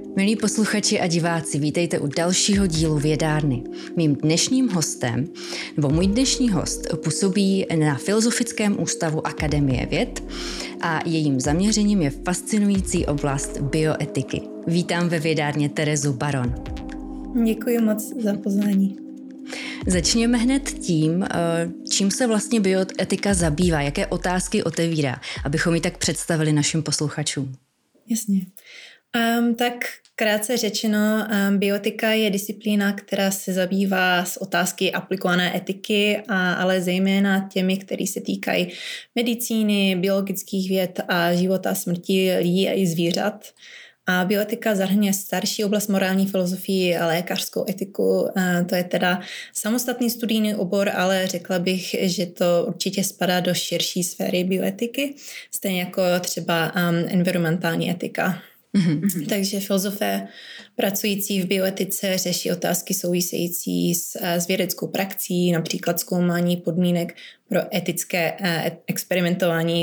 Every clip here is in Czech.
Milí posluchači a diváci, vítejte u dalšího dílu Vědárny. Mým dnešním hostem, nebo můj dnešní host, působí na Filozofickém ústavu Akademie věd a jejím zaměřením je fascinující oblast bioetiky. Vítám ve Vědárně Terezu Baron. Děkuji moc za pozvání. Začněme hned tím, čím se vlastně bioetika zabývá, jaké otázky otevírá, abychom ji tak představili našim posluchačům. Jasně. Tak krátce řečeno, bioetika je disciplína, která se zabývá s otázky aplikované etiky, ale zejména těmi, které se týkají medicíny, biologických věd a života a smrti lidí a i zvířat. A bioetika zahrnuje starší oblast morální filozofii a lékařskou etiku. To je teda samostatný studijní obor, ale řekla bych, že to určitě spadá do širší sféry bioetiky, stejně jako třeba environmentální etika. Mm-hmm. Takže filozofé pracující v bioetice řeší otázky související s vědeckou praxí, například zkoumání podmínek pro etické experimentování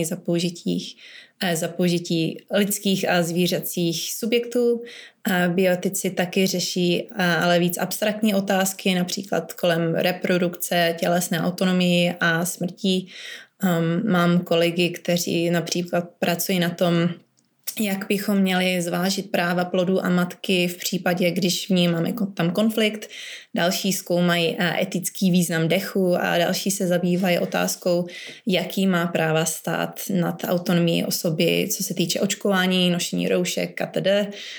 za použití lidských a zvířecích subjektů. Bioetici taky řeší ale víc abstraktní otázky, například kolem reprodukce, tělesné autonomii a smrtí. Mám kolegy, kteří například pracují na tom, jak bychom měli zvážit práva plodu a matky v případě, když vnímáme tam konflikt. Další zkoumají etický význam dechu a další se zabývají otázkou, jaký má práva stát nad autonomií osoby, co se týče očkování, nošení roušek atd.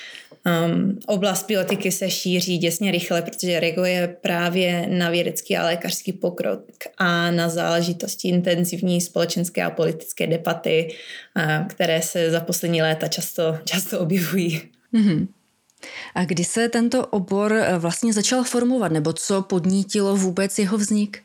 Oblast bioetiky se šíří děsně rychle, protože reaguje právě na vědecký a lékařský pokrok a na záležitosti intenzivní společenské a politické debaty, které se za poslední léta často objevují. Mm-hmm. A kdy se tento obor vlastně začal formovat, nebo co podnítilo vůbec jeho vznik?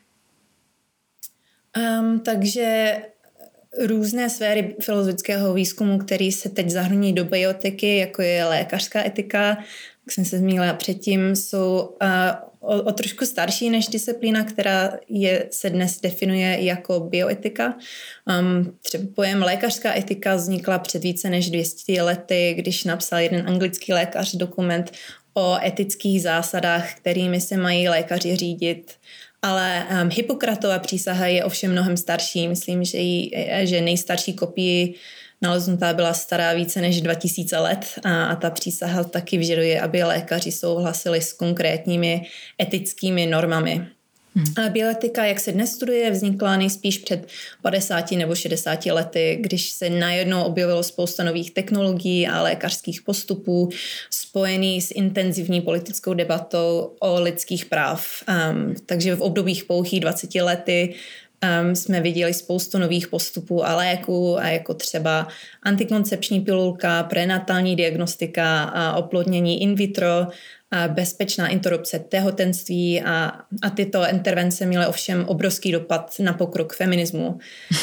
Takže různé sféry filozofického výzkumu, které se teď zahrnují do bioetiky, jako je lékařská etika, jak jsem se zmínila předtím, jsou o trošku starší než disciplína, která se dnes definuje jako bioetika. Třeba pojem lékařská etika vznikla před více než 200 lety, když napsal jeden anglický lékař dokument o etických zásadách, kterými se mají lékaři řídit. Ale Hippokratova přísaha je ovšem mnohem starší. Myslím, že nejstarší kopii naleznutá byla stará více než 2000 let a ta přísaha taky vyžaduje, aby lékaři souhlasili s konkrétními etickými normami. A bioetika, jak se dnes studuje, vznikla nejspíš před 50 nebo 60 lety, když se najednou objevilo spousta nových technologií a lékařských postupů spojený s intenzivní politickou debatou o lidských práv. Takže v obdobích pouhých 20 lety jsme viděli spoustu nových postupů a léků, a jako třeba antikoncepční pilulka, prenatální diagnostika a oplodnění in vitro, a bezpečná interrupce těhotenství a tyto intervence měly ovšem obrovský dopad na pokrok feminismu.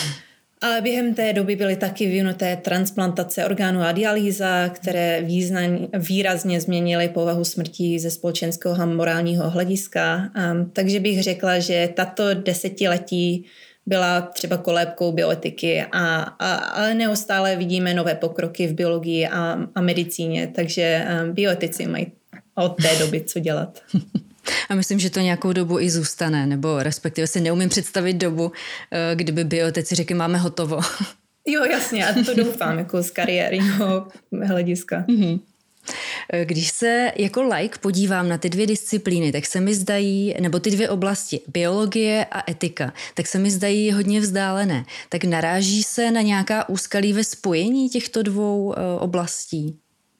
Ale během té doby byly taky vyvinuté transplantace orgánů a dialýza, které výrazně změnily povahu smrti ze společenského a morálního hlediska. Takže bych řekla, že tato desetiletí byla třeba kolébkou bioetiky, ale neustále vidíme nové pokroky v biologii a medicíně, takže bioetici mají od té doby co dělat. A myslím, že to nějakou dobu i zůstane, nebo respektive si neumím představit dobu, kdyby bioetici řekli, máme hotovo. Jo, jasně, a to doufám, jako z kariérního hlediska. Mm-hmm. Když se jako laik podívám na ty dvě disciplíny, tak se mi zdají, nebo ty dvě oblasti, biologie a etika, tak se mi zdají hodně vzdálené. Tak naráží se na nějaká úskalí ve spojení těchto dvou oblastí?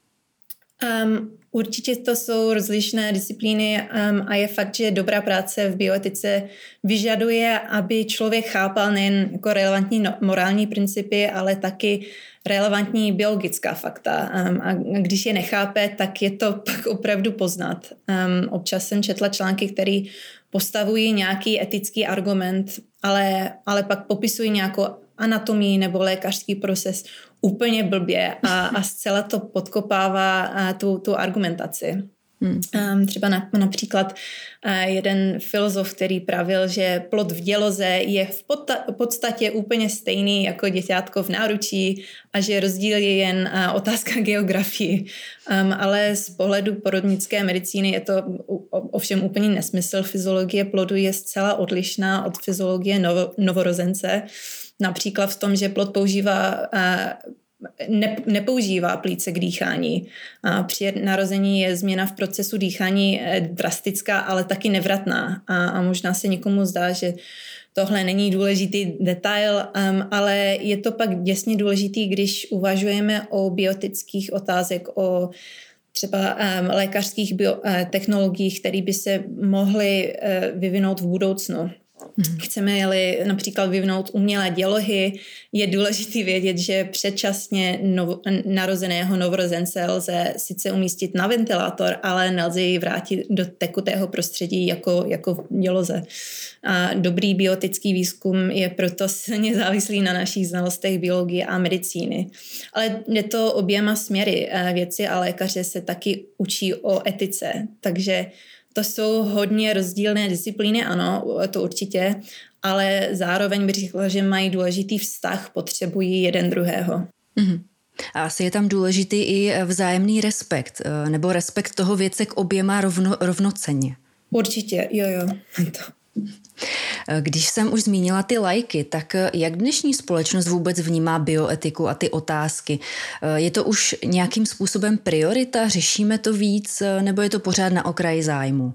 Určitě to jsou rozlišné disciplíny a je fakt, že dobrá práce v bioetice vyžaduje, aby člověk chápal nejen jako relevantní morální principy, ale taky relevantní biologická fakta. A když je nechápe, tak je to pak opravdu poznat. Občas jsem četla články, které postavují nějaký etický argument, ale pak popisují nějakou anatomii nebo lékařský proces úplně blbě a zcela to podkopává tu argumentaci. Třeba například jeden filozof, který pravil, že plod v děloze je v podstatě úplně stejný jako děťátko v náručí a že rozdíl je jen otázka geografii. Ale z pohledu porodnické medicíny je to ovšem úplný nesmysl. Fyziologie plodu je zcela odlišná od fyziologie novorozence. Například v tom, že plod nepoužívá plíce k dýchání. Při narození je změna v procesu dýchání drastická, ale taky nevratná. A možná se někomu zdá, že tohle není důležitý detail, ale je to pak děsně důležitý, když uvažujeme o biotických otázek, o třeba lékařských technologiích, které by se mohly vyvinout v budoucnu. Chceme-li například vyvinout umělé dělohy, je důležité vědět, že předčasně narozeného novorozence lze sice umístit na ventilátor, ale nelze ji vrátit do tekutého prostředí jako v děloze. A dobrý biotický výzkum je proto silně závislý na našich znalostech biologie a medicíny. Ale jde to oběma směry. Vědci a lékaři se taky učí o etice, takže to jsou hodně rozdílné disciplíny, ano, to určitě, ale zároveň bych řekla, že mají důležitý vztah, potřebují jeden druhého. A asi je tam důležitý i vzájemný respekt, nebo respekt toho věce k oběma rovnocenně. Určitě, jo. Když jsem už zmínila ty lajky, tak jak dnešní společnost vůbec vnímá bioetiku a ty otázky? Je to už nějakým způsobem priorita? Řešíme to víc? Nebo je to pořád na okraji zájmu?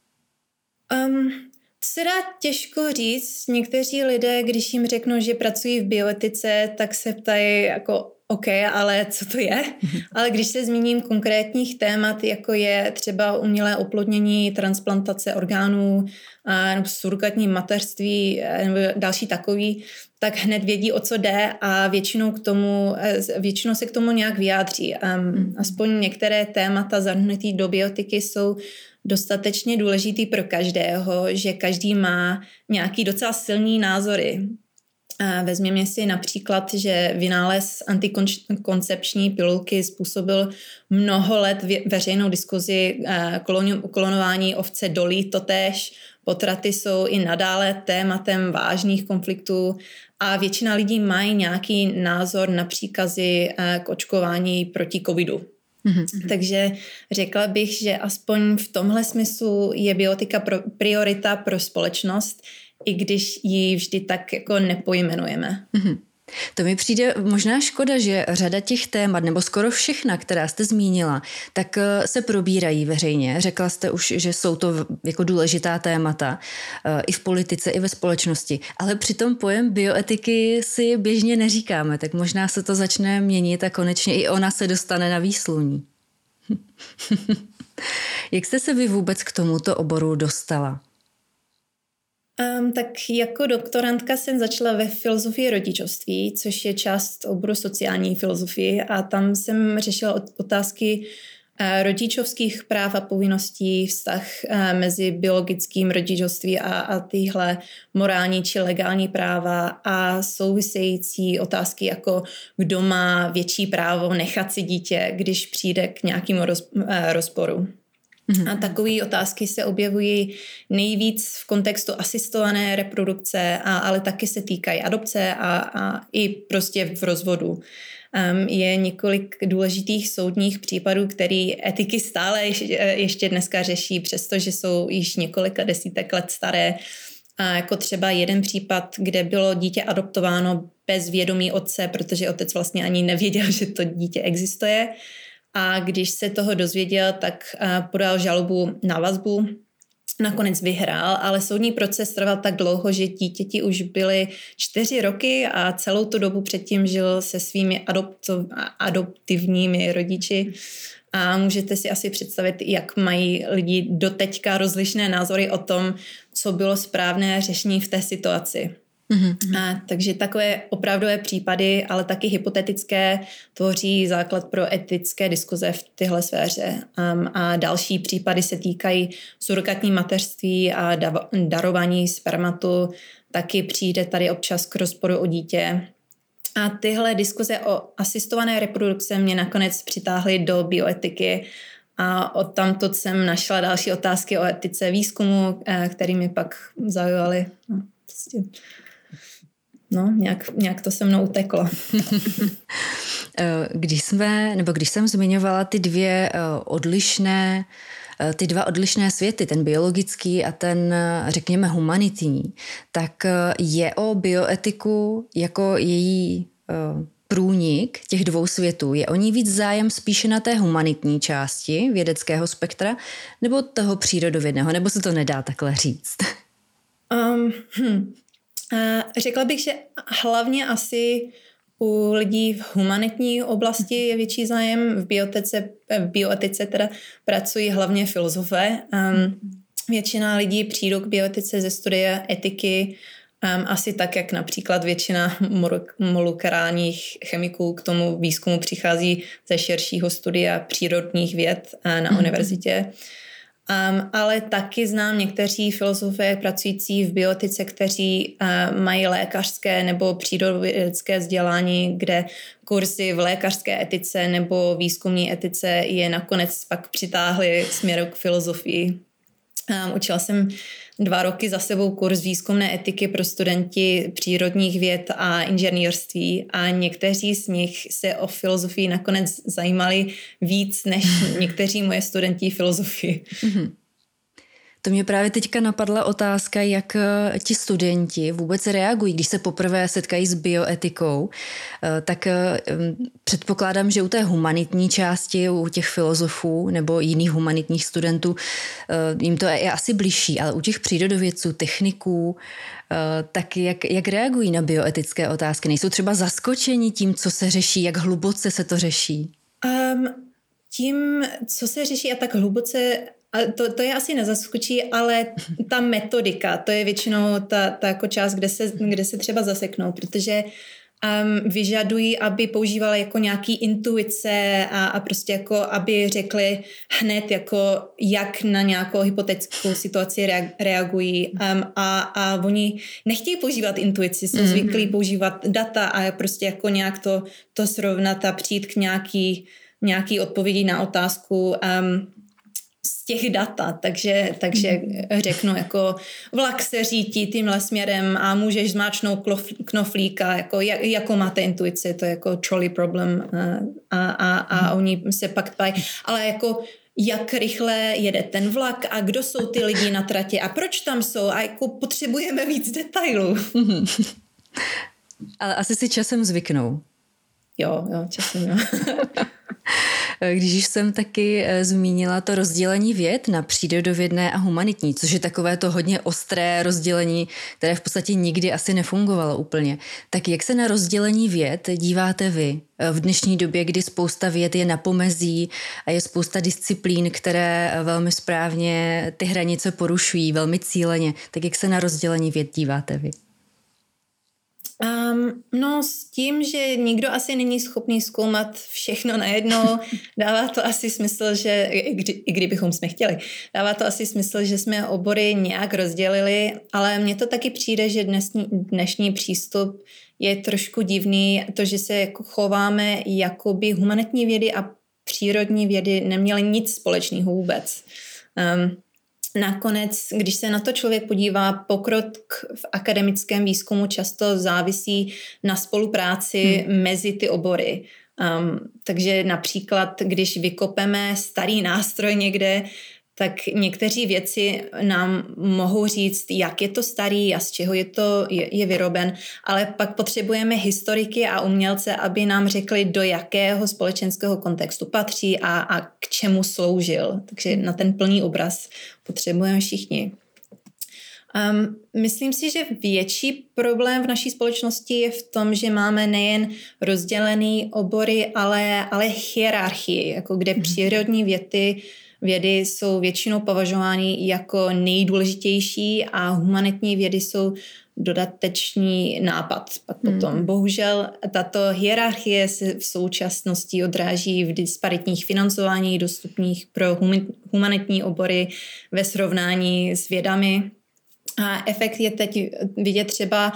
Se dá těžko říct. Někteří lidé, když jim řeknu, že pracují v bioetice, tak se ptají jako OK, ale co to je? Ale když se zmíním konkrétních témat, jako je třeba umělé oplodnění, transplantace orgánů, nebo surrogátní mateřství, nebo další takový, tak hned vědí, o co jde a většinou se k tomu nějak vyjádří. Aspoň některé témata zahrnutý do biotiky jsou dostatečně důležitý pro každého, že každý má nějaký docela silný názory. Vezměme si například, že vynález antikoncepční pilulky způsobil mnoho let veřejnou diskuzi, klonování ovce dolí totéž, potraty jsou i nadále tématem vážných konfliktů a většina lidí mají nějaký názor na příkazy k očkování proti covidu. Takže řekla bych, že aspoň v tomhle smyslu je biotika priorita pro společnost, i když ji vždy tak jako nepojmenujeme. To mi přijde možná škoda, že řada těch témat, nebo skoro všechna, která jste zmínila, tak se probírají veřejně. Řekla jste už, že jsou to jako důležitá témata i v politice, i ve společnosti. Ale přitom pojem bioetiky si běžně neříkáme, tak možná se to začne měnit a konečně i ona se dostane na výsluní. Jak jste se vy vůbec k tomuto oboru dostala? Tak jako doktorantka jsem začala ve filozofii rodičovství, což je část oboru sociální filozofie a tam jsem řešila otázky rodičovských práv a povinností, vztah mezi biologickým rodičovství a tyhle morální či legální práva a související otázky jako kdo má větší právo nechat si dítě, když přijde k nějakému rozporu. A takové otázky se objevují nejvíc v kontextu asistované reprodukce, ale taky se týkají adopce a i prostě v rozvodu. Je několik důležitých soudních případů, které etiky stále ještě dneska řeší, přestože jsou již několika desítek let staré. A jako třeba jeden případ, kde bylo dítě adoptováno bez vědomí otce, protože otec vlastně ani nevěděl, že to dítě existuje. A když se toho dozvěděl, tak podal žalobu na vazbu. Nakonec vyhrál, ale soudní proces trval tak dlouho, že dítěti už byly 4 roky a celou tu dobu předtím žil se svými adoptivními rodiči. A můžete si asi představit, jak mají lidi doteďka rozlišné názory o tom, co bylo správné řešení v té situaci. Takže takové opravdové případy, ale taky hypotetické, tvoří základ pro etické diskuze v téhle sféře. A další případy se týkají surrogátní mateřství a darování spermatu. Taky přijde tady občas k rozporu o dítě. A tyhle diskuze o asistované reprodukce mě nakonec přitáhly do bioetiky A odtamtud jsem našla další otázky o etice výzkumu, které mi pak zaujaly. Nějak to se mnou uteklo. Když jsem zmiňovala ty dva odlišné světy, ten biologický a ten, řekněme, humanitní, tak je o bioetiku jako její průnik těch dvou světů. Je o ní víc zájem spíše na té humanitní části vědeckého spektra nebo toho přírodovědného, nebo se to nedá takhle říct? Řekla bych, že hlavně asi u lidí v humanitní oblasti je větší zájem. V bioetice teda pracují hlavně filozofé. Většina lidí přijdou k bioetice ze studia etiky, asi tak, jak například většina molekulárních chemiků k tomu výzkumu přichází ze širšího studia přírodních věd na univerzitě. Ale taky znám někteří filozofé pracující v bioetice, kteří mají lékařské nebo přírodovědecké vzdělání, kde kurzy v lékařské etice nebo výzkumní etice je nakonec pak přitáhly směru k filozofii. Učila jsem 2 roky za sebou kurz výzkumné etiky pro studenty přírodních věd a inženýrství a někteří z nich se o filozofii nakonec zajímali víc než někteří moje studenti filozofii. To mě právě teďka napadla otázka, jak ti studenti vůbec reagují, když se poprvé setkají s bioetikou, tak předpokládám, že u té humanitní části, u těch filozofů nebo jiných humanitních studentů, jim to je asi bližší, ale u těch přírodovědců, techniků, tak jak reagují na bioetické otázky? Nejsou třeba zaskočeni tím, co se řeší, jak hluboce se to řeší? Tím, co se řeší a tak hluboce, to je asi nezaskočí, ale ta metodika, to je většinou ta jako část, kde se třeba zaseknou, protože vyžadují, aby používali jako nějaký intuice a prostě jako, aby řekli hned jako, jak na nějakou hypotetickou situaci reagují a oni nechtějí používat intuici, jsou zvyklí používat data a prostě jako nějak to srovnat a přijít k nějaký odpovědi na otázku z těch data, takže řeknu jako vlak se řítí tímhle směrem a můžeš zmáčknout knoflíka, jako jakou máte intuici, to je jako trolley problem a oni se pak ptají, ale jako jak rychle jede ten vlak a kdo jsou ty lidi na tratě a proč tam jsou a jako potřebujeme víc detailů. Ale asi si časem zvyknou. Jo, časem jo. Když jsem taky zmínila to rozdělení věd na přírodovědné a humanitní, což je takové to hodně ostré rozdělení, které v podstatě nikdy asi nefungovalo úplně. Tak jak se na rozdělení věd díváte vy v dnešní době, kdy spousta věd je na pomezí a je spousta disciplín, které velmi správně ty hranice porušují, velmi cíleně. Tak jak se na rozdělení věd díváte vy? S tím, že nikdo asi není schopný zkoumat všechno najednou, dává to asi smysl, že i kdybychom jsme chtěli, dává to asi smysl, že jsme obory nějak rozdělili, ale mně to taky přijde, že dnešní přístup je trošku divný, to, že se jako chováme, jako by humanitní vědy a přírodní vědy neměly nic společného vůbec. Nakonec, když se na to člověk podívá, pokrok v akademickém výzkumu často závisí na spolupráci mezi ty obory. Takže například, když vykopeme starý nástroj někde, tak někteří vědci nám mohou říct, jak je to starý a z čeho je vyroben, ale pak potřebujeme historiky a umělce, aby nám řekli, do jakého společenského kontextu patří a k čemu sloužil. Takže na ten plný obraz potřebujeme všichni. Myslím si, že větší problém v naší společnosti je v tom, že máme nejen rozdělený obory, ale hierarchii, jako kde přírodní vědy jsou většinou považovány jako nejdůležitější a humanitní vědy jsou dodatečný nápad. Pak potom. Bohužel tato hierarchie se v současnosti odráží v disparitních financování dostupných pro humanitní obory ve srovnání s vědami. A efekt je teď vidět třeba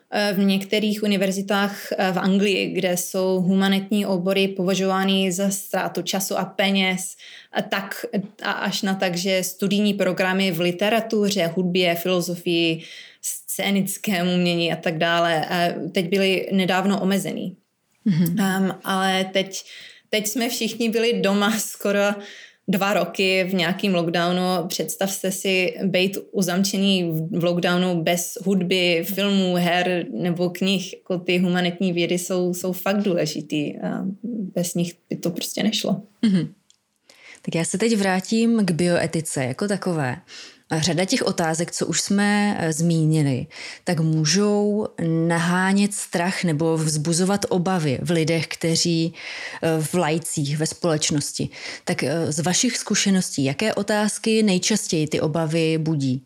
v některých univerzitách v Anglii, kde jsou humanitní obory považovány za ztrátu času a peněz, a až na tak, že studijní programy v literatuře, hudbě, filozofii, scénickém umění a tak dále teď byly nedávno omezený. Ale teď jsme všichni byli doma skoro 2 roky v nějakým lockdownu. Představte si být uzamčený v lockdownu bez hudby, filmů, her nebo knih. Jako ty humanitní vědy jsou fakt důležitý. A bez nich by to prostě nešlo. Tak já se teď vrátím k bioetice jako takové. Řada těch otázek, co už jsme zmínili, tak můžou nahánět strach nebo vzbuzovat obavy v lidech, kteří v laicích ve společnosti. Tak z vašich zkušeností, jaké otázky nejčastěji ty obavy budí?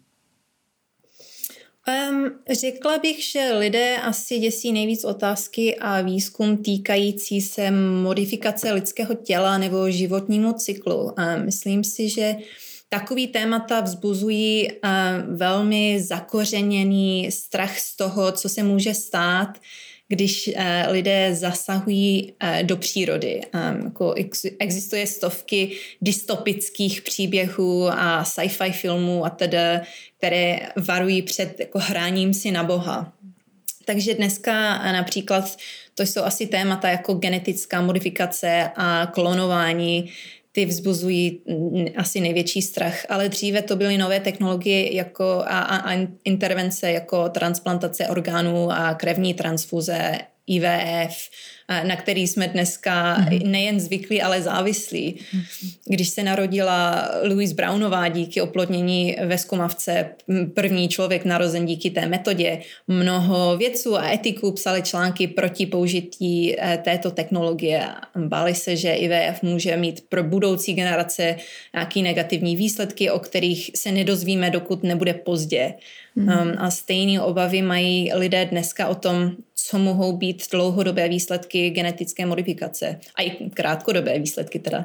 Řekla bych, že lidé asi děsí nejvíc otázky a výzkum týkající se modifikace lidského těla nebo životnímu cyklu. Myslím si, že takový témata vzbuzují velmi zakořeněný strach z toho, co se může stát, když lidé zasahují do přírody. Jako existuje stovky dystopických příběhů a sci-fi filmů a teda, které varují před jako hráním si na Boha. Takže dneska například to jsou asi témata jako genetická modifikace a klonování, ty vzbuzují asi největší strach, ale dříve to byly nové technologie jako a intervence jako transplantace orgánů a krevní transfuze, IVF, na který jsme dneska nejen zvyklí, ale závislí. Když se narodila Louise Brownová díky oplodnění ve zkumavce, první člověk narozen díky té metodě, mnoho vědců a etiků psali články proti použití této technologie. Báli se, že IVF může mít pro budoucí generace nějaké negativní výsledky, o kterých se nedozvíme, dokud nebude pozdě. A stejné obavy mají lidé dneska o tom, co mohou být dlouhodobé výsledky genetické modifikace a i krátkodobé výsledky teda.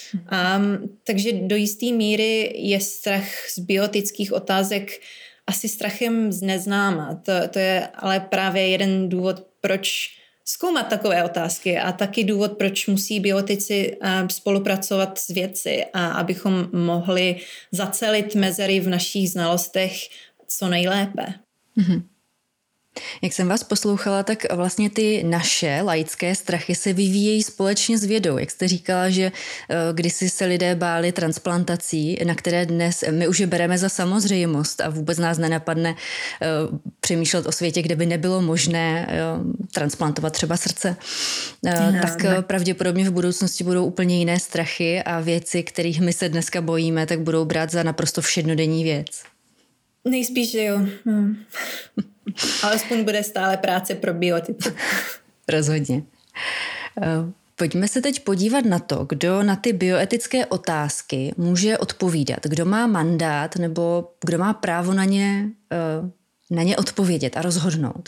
Takže do jisté míry je strach z biotických otázek asi strachem z neznáma. To je ale právě jeden důvod, proč zkoumat takové otázky a taky důvod, proč musí biotici spolupracovat s vědci, a abychom mohli zacelit mezery v našich znalostech co nejlépe. Jak jsem vás poslouchala, tak vlastně ty naše laické strachy se vyvíjejí společně s vědou. Jak jste říkala, že kdysi se lidé báli transplantací, na které dnes my už je bereme za samozřejmost a vůbec nás nenapadne přemýšlet o světě, kde by nebylo možné transplantovat třeba srdce. Tak pravděpodobně v budoucnosti budou úplně jiné strachy a věci, kterých my se dneska bojíme, tak budou brát za naprosto všednodenní věc. Nejspíš, že jo. Alespoň bude stále práce pro biotiky. Rozhodně. Pojďme se teď podívat na to, kdo na ty bioetické otázky může odpovídat. Kdo má mandát nebo kdo má právo na ně odpovědět a rozhodnout.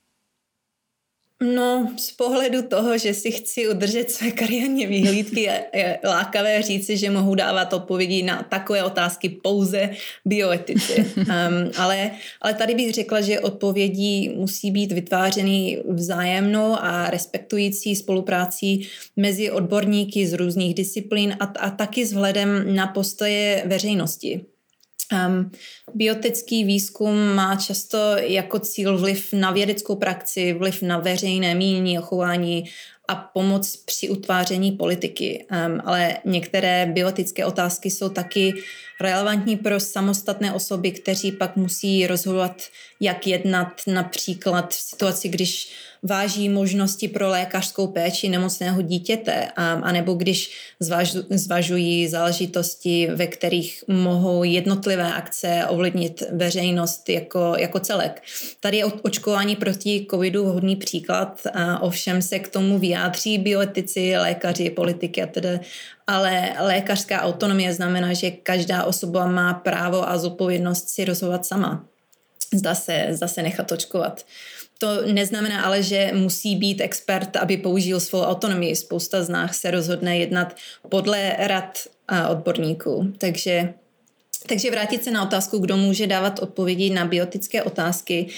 No, z pohledu toho, že si chci udržet své kariérní výhlídky, je lákavé říci, že mohu dávat odpovědi na takové otázky pouze bioetici. Ale tady bych řekla, že odpovědi musí být vytvářeny vzájemnou a respektující spoluprácí mezi odborníky z různých disciplín a taky s vhledem na postoje veřejnosti. Biotický výzkum má často jako cíl vliv na vědeckou praxi, vliv na veřejné mínění, chování a pomoc při utváření politiky. Ale některé biotické otázky jsou taky relevantní pro samostatné osoby, kteří pak musí rozhodovat, jak jednat například v situaci, když váží možnosti pro lékařskou péči nemocného dítěte, anebo když zvažují záležitosti, ve kterých mohou jednotlivé akce ovlivnit veřejnost jako celek. Tady je očkování proti covidu vhodný příklad, ovšem se k tomu vyjádří bioetici, lékaři, politiky a tedy. Ale lékařská autonomie znamená, že každá osoba má právo a zodpovědnost si rozhodovat sama. Zda se nechat očkovat. To neznamená ale, že musí být expert, aby použil svou autonomii. Spousta z nás se rozhodne jednat podle rad odborníků. Takže vrátit se na otázku, kdo může dávat odpovědi na biotické otázky,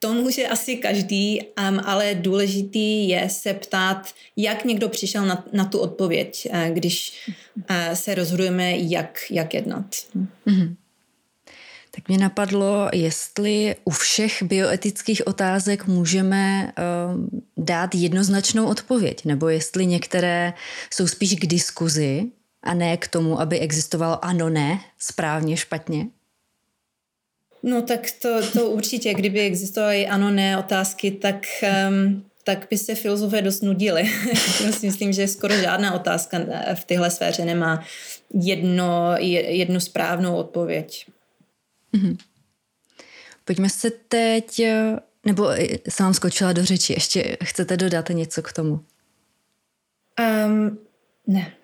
To může asi každý, ale důležitý je se ptát, jak někdo přišel na tu odpověď, když se rozhodujeme, jak jednat. Mm-hmm. Tak mě napadlo, jestli u všech bioetických otázek můžeme dát jednoznačnou odpověď, nebo jestli některé jsou spíš k diskuzi a ne k tomu, aby existovalo ano, ne, správně, špatně. No tak to určitě, kdyby existovaly ano, ne otázky, tak by se filozofé dost nudili. Myslím, že skoro žádná otázka v téhle sféře nemá jednu správnou odpověď. Mm-hmm. Pojďme se teď, nebo jsem vám skočila do řeči, ještě chcete dodat něco k tomu? Ne.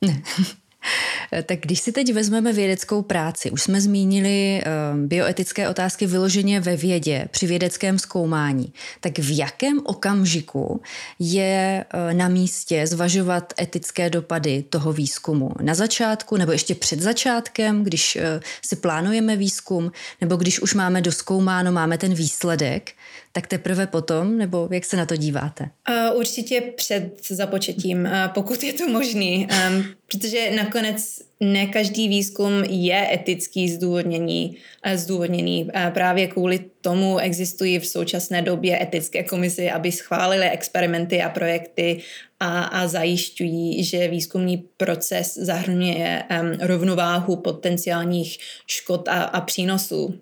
Tak když si teď vezmeme vědeckou práci, už jsme zmínili bioetické otázky vyloženě ve vědě, při vědeckém zkoumání, tak v jakém okamžiku je na místě zvažovat etické dopady toho výzkumu? Na začátku nebo ještě před začátkem, když si plánujeme výzkum, nebo když už máme dozkoumáno, máme ten výsledek, tak teprve potom, nebo jak se na to díváte? Určitě před započetím, pokud je to možný, protože nakonec ne každý výzkum je etický zdůvodněný. Právě kvůli tomu existují v současné době etické komisy, aby schválily experimenty a projekty a zajišťují, že výzkumný proces zahrnuje rovnováhu potenciálních škod a přínosů.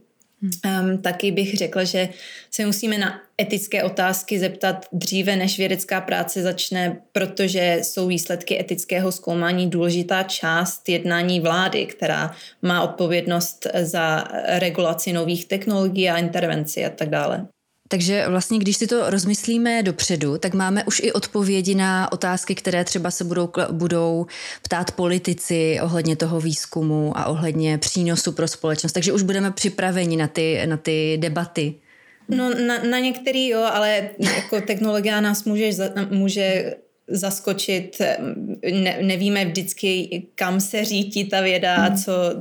Taky bych řekla, že se musíme na etické otázky zeptat dříve, než vědecká práce začne, protože jsou výsledky etického zkoumání důležitá část jednání vlády, která má odpovědnost za regulaci nových technologií a intervenci a tak dále. Takže vlastně, když si to rozmyslíme dopředu, tak máme už i odpovědi na otázky, které třeba se budou ptát politici ohledně toho výzkumu a ohledně přínosu pro společnost. Takže už budeme připraveni na ty debaty. No na některý jo, ale jako technologie nás může zaskočit. Nevíme vždycky, kam se řítí ta věda a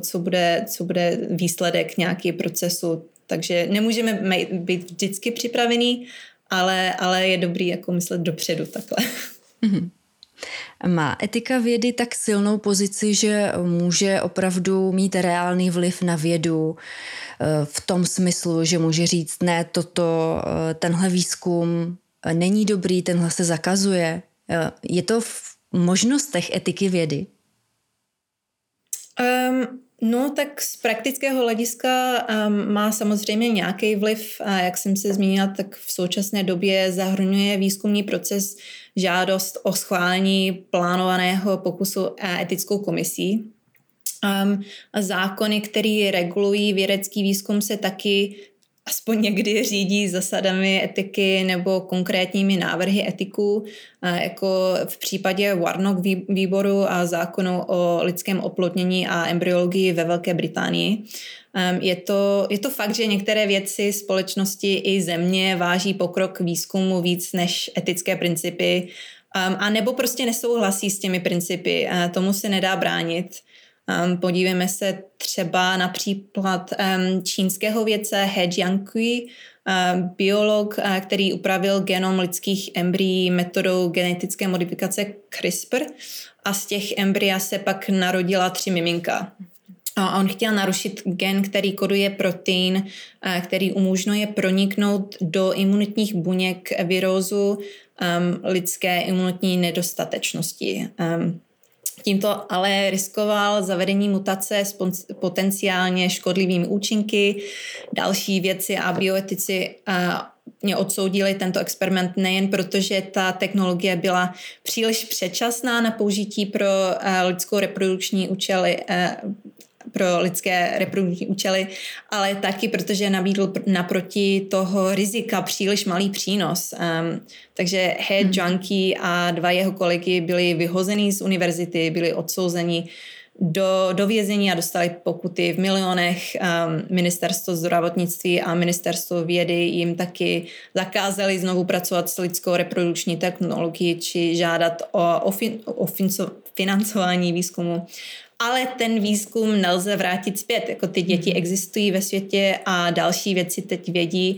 co bude výsledek nějaký procesu. Takže nemůžeme být vždycky připravení, ale je dobrý jako myslet dopředu takhle. Mm-hmm. Má etika vědy tak silnou pozici, že může opravdu mít reálný vliv na vědu v tom smyslu, že může říct, ne, tenhle výzkum není dobrý, tenhle se zakazuje. Je to v možnostech etiky vědy? No tak z praktického hlediska má samozřejmě nějaký vliv. Jak jsem se zmínila, tak v současné době zahrnuje výzkumný proces žádost o schválení plánovaného pokusu etickou komisí. A zákony, které regulují vědecký výzkum, se taky aspoň někdy řídí zásadami etiky nebo konkrétními návrhy etiků, jako v případě Warnock výboru a zákonu o lidském oplodnění a embryologii ve Velké Británii. Je to fakt, že některé věci, společnosti i země váží pokrok výzkumu víc než etické principy, a nebo prostě nesouhlasí s těmi principy. Tomu se nedá bránit. Podívejme se třeba například čínského vědce He Jiankui, biolog, který upravil genom lidských embryí metodou genetické modifikace CRISPR a z těch embryí se pak narodila 3 miminka. A on chtěl narušit gen, který koduje protein, který umožňuje proniknout do imunitních buněk virózu lidské imunitní nedostatečnosti. Tímto ale riskoval zavedení mutace s potenciálně škodlivými účinky. Další vědci a bioetici odsoudili tento experiment nejen proto, že ta technologie byla příliš předčasná na použití pro lidské reprodukční účely, ale taky protože nabídl naproti toho rizika příliš malý přínos. Takže He Jiankui a 2 jeho kolegy byli vyhozeni z univerzity, byli odsouzeni do vězení a dostali pokuty v milionech. Ministerstvo zdravotnictví a ministerstvo vědy jim taky zakázali znovu pracovat s lidskou reprodukční technologií či žádat o financování výzkumu. Ale ten výzkum nelze vrátit zpět. Jako ty děti existují ve světě a další vědci teď vědí,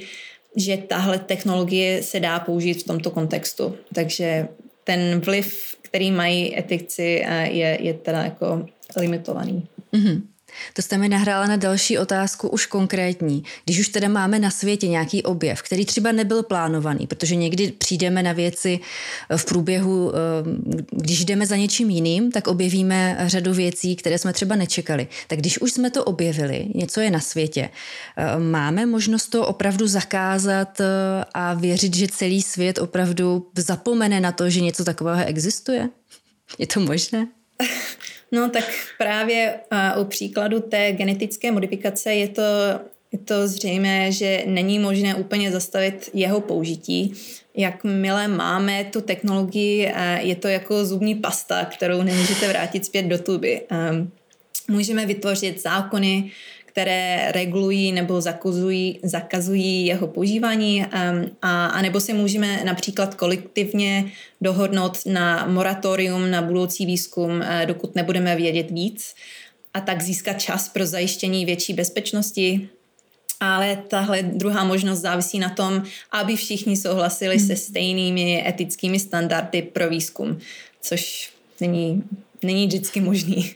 že tahle technologie se dá použít v tomto kontextu. Takže ten vliv, který mají etici, je teda jako limitovaný. Mm-hmm. To jste mi nahrála na další otázku už konkrétní. Když už teda máme na světě nějaký objev, který třeba nebyl plánovaný, protože někdy přijdeme na věci v průběhu, když jdeme za něčím jiným, tak objevíme řadu věcí, které jsme třeba nečekali. Tak když už jsme to objevili, něco je na světě, máme možnost to opravdu zakázat a věřit, že celý svět opravdu zapomene na to, že něco takového existuje? Je to možné? No tak právě u příkladu té genetické modifikace je to zřejmé, že není možné úplně zastavit jeho použití. Jakmile máme tu technologii, je to jako zubní pasta, kterou nemůžete vrátit zpět do tuby. Můžeme vytvořit zákony, které regulují nebo zakazují jeho používání, a nebo se můžeme například kolektivně dohodnout na moratorium na budoucí výzkum, dokud nebudeme vědět víc, a tak získat čas pro zajištění větší bezpečnosti. Ale tahle druhá možnost závisí na tom, aby všichni souhlasili se stejnými etickými standardy pro výzkum, což není vždycky možný.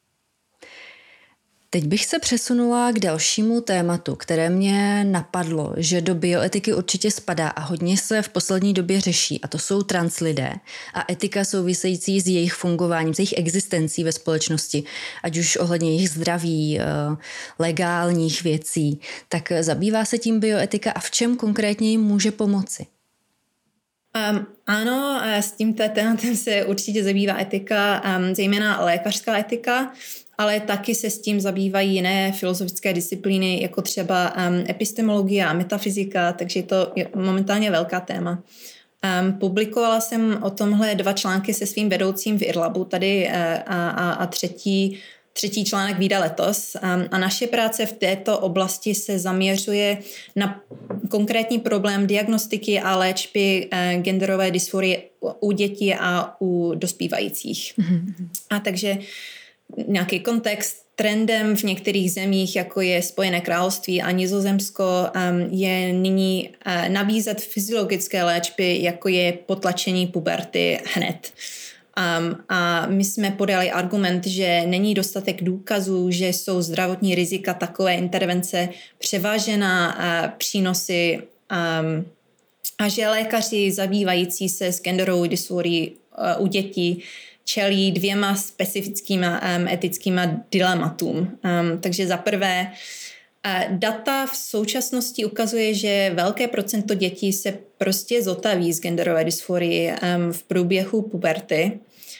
Teď bych se přesunula k dalšímu tématu, které mě napadlo, že do bioetiky určitě spadá a hodně se v poslední době řeší, a to jsou translidé a etika související s jejich fungováním, s jejich existencí ve společnosti, ať už ohledně jejich zdraví, legálních věcí. Tak zabývá se tím bioetika a v čem konkrétně jim může pomoci? Ano, s tímto tématem se určitě zabývá etika, zejména lékařská etika, ale taky se s tím zabývají jiné filozofické disciplíny, jako třeba epistemologie a metafyzika, takže to je momentálně velká téma. Publikovala jsem o tomhle 2 články se svým vedoucím v IRLABu tady a třetí článek vyjde letos. A naše práce v této oblasti se zaměřuje na konkrétní problém diagnostiky a léčby genderové dysforie u dětí a u dospívajících. A takže nějaký kontext. Trendem v některých zemích, jako je Spojené království a Nizozemsko, je nyní nabízet fyziologické léčby, jako je potlačení puberty hned. A my jsme podali argument, že není dostatek důkazů, že jsou zdravotní rizika takové intervence převážená přínosy, a že lékaři zabývající se s genderovou dysforií u dětí čelí 2 specifickýma etickýma dilematům. Takže za prvé, data v současnosti ukazuje, že velké procento dětí se prostě zotaví z genderové dysforii v průběhu puberty.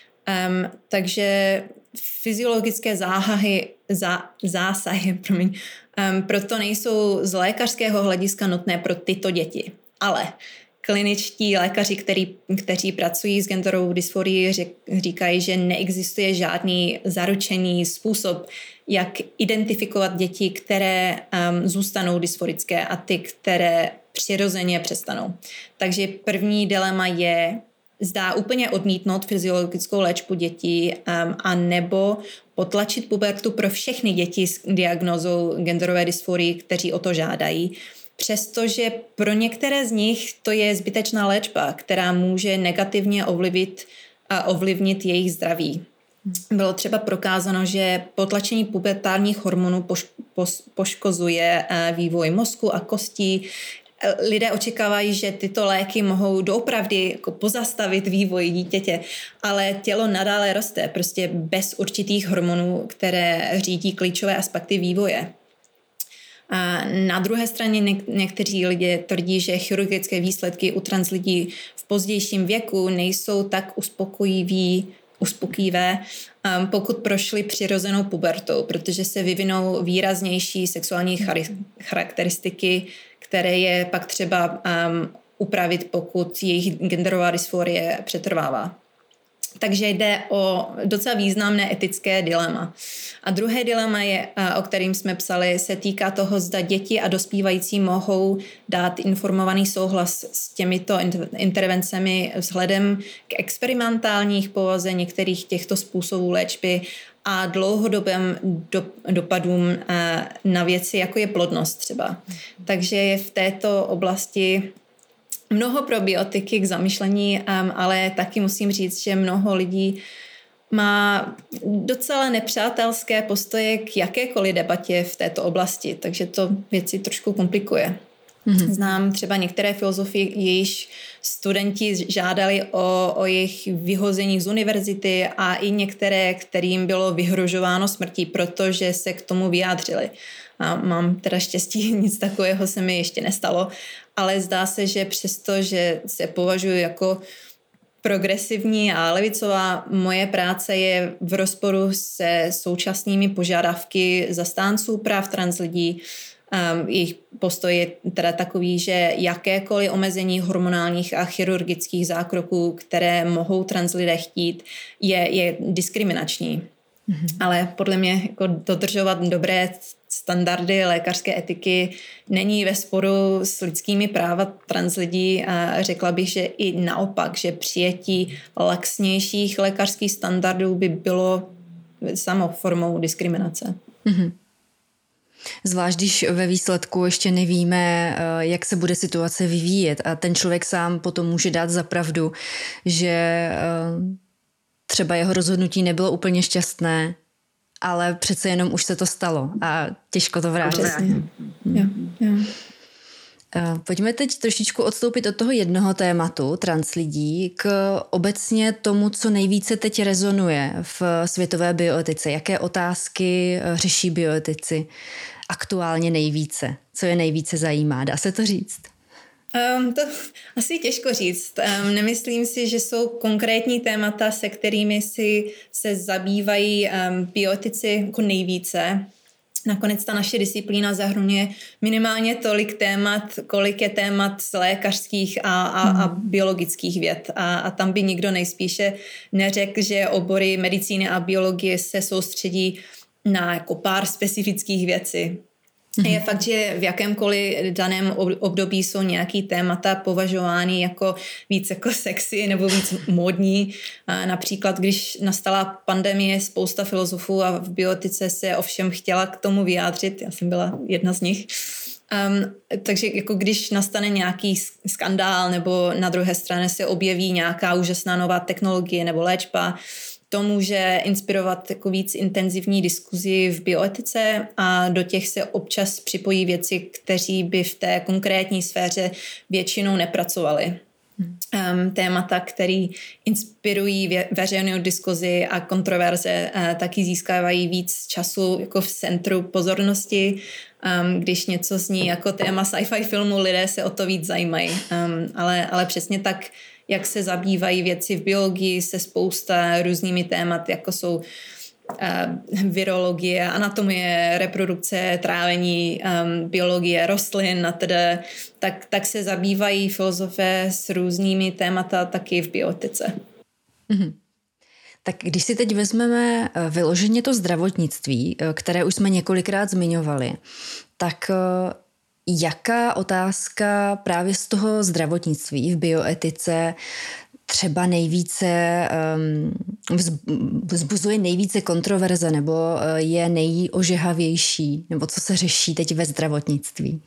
Takže fyziologické zásahy proto nejsou z lékařského hlediska nutné pro tyto děti. Ale kliničtí lékaři, kteří pracují s genderovou dysforií, říkají, že neexistuje žádný zaručený způsob, jak identifikovat děti, které zůstanou dysforické a ty, které přirozeně přestanou. Takže první dilema je, zda úplně odmítnout fyziologickou léčbu dětí a nebo potlačit pubertu pro všechny děti s diagnózou genderové dysforii, kteří o to žádají. Přestože pro některé z nich to je zbytečná léčba, která může negativně ovlivnit jejich zdraví. Bylo třeba prokázáno, že potlačení pubertálních hormonů poškozuje vývoj mozku a kostí. Lidé očekávají, že tyto léky mohou doopravdy jako pozastavit vývoj dítěte, ale tělo nadále roste, prostě bez určitých hormonů, které řídí klíčové aspekty vývoje. A na druhé straně někteří lidé tvrdí, že chirurgické výsledky u translidí v pozdějším věku nejsou tak uspokojivé, pokud prošli přirozenou pubertou, protože se vyvinou výraznější sexuální charakteristiky, které je pak třeba upravit, pokud jejich genderová dysforie přetrvává. Takže jde o docela významné etické dilema. A druhé dilema, o kterým jsme psali, se týká toho, zda děti a dospívající mohou dát informovaný souhlas s těmito intervencemi vzhledem k experimentálních povaze některých těchto způsobů léčby a dlouhodobým dopadům na věci, jako je plodnost třeba. Takže je v této oblasti mnoho probiotiky k zamyšlení, ale taky musím říct, že mnoho lidí má docela nepřátelské postoje k jakékoliv debatě v této oblasti, takže to věci trošku komplikuje. Znám třeba některé filozofy, jejichž studenti žádali o jejich vyhození z univerzity a i některé, kterým bylo vyhrožováno smrtí, protože se k tomu vyjádřili. A mám teda štěstí, nic takového se mi ještě nestalo, ale zdá se, že přesto, že se považuji jako progresivní a levicová, moje práce je v rozporu se současnými požadavky zastánců práv trans lidí. Jejich postoj je teda takový, že jakékoliv omezení hormonálních a chirurgických zákroků, které mohou trans lidé chtít, je diskriminační. Ale podle mě jako dodržovat dobré standardy lékařské etiky není ve sporu s lidskými práva trans lidí a řekla bych, že i naopak, že přijetí laxnějších lékařských standardů by bylo samo formou diskriminace. Zvlášť, když ve výsledku ještě nevíme, jak se bude situace vyvíjet a ten člověk sám potom může dát za pravdu, že třeba jeho rozhodnutí nebylo úplně šťastné, ale přece jenom už se to stalo a těžko to vrátit. Pojďme teď trošičku odstoupit od toho jednoho tématu trans lidí k obecně tomu, co nejvíce teď rezonuje v světové bioetice. Jaké otázky řeší bioetici aktuálně nejvíce? Co je nejvíce zajímá? Dá se to říct? To asi těžko říct. Nemyslím si, že jsou konkrétní témata, se kterými se zabývají bioetici jako nejvíce. Nakonec ta naše disciplína zahrnuje minimálně tolik témat, kolik je témat z lékařských a biologických věd. A tam by nikdo nejspíše neřekl, že obory medicíny a biologie se soustředí na jako pár specifických věcí. Je fakt, že v jakémkoliv daném období jsou nějaký témata považovány jako víc jako sexy nebo víc módní. Například, když nastala pandemie, spousta filozofů a v bioetice se ovšem chtěla k tomu vyjádřit. Já jsem byla jedna z nich. Takže jako když nastane nějaký skandál nebo na druhé straně se objeví nějaká úžasná nová technologie nebo léčba, to může inspirovat jako víc intenzivní diskuzi v bioetice a do těch se občas připojí věci, kteří by v té konkrétní sféře většinou nepracovali. Témata, které inspirují veřejnou diskuzi a kontroverze, taky získávají víc času jako v centru pozornosti. Když něco zní jako téma sci-fi filmu, lidé se o to víc zajímají. Ale přesně tak, jak se zabývají věci v biologii se spousta různými témat, jako jsou virologie, anatomie, reprodukce, trávení, biologie rostlin a tedy, tak se zabývají filozofé s různými témata taky v bioetice. Tak když si teď vezmeme vyloženě to zdravotnictví, které už jsme několikrát zmiňovali, tak jaká otázka právě z toho zdravotnictví v bioetice třeba nejvíce vzbuzuje nejvíce kontroverze nebo je nejožehavější, nebo co se řeší teď ve zdravotnictví?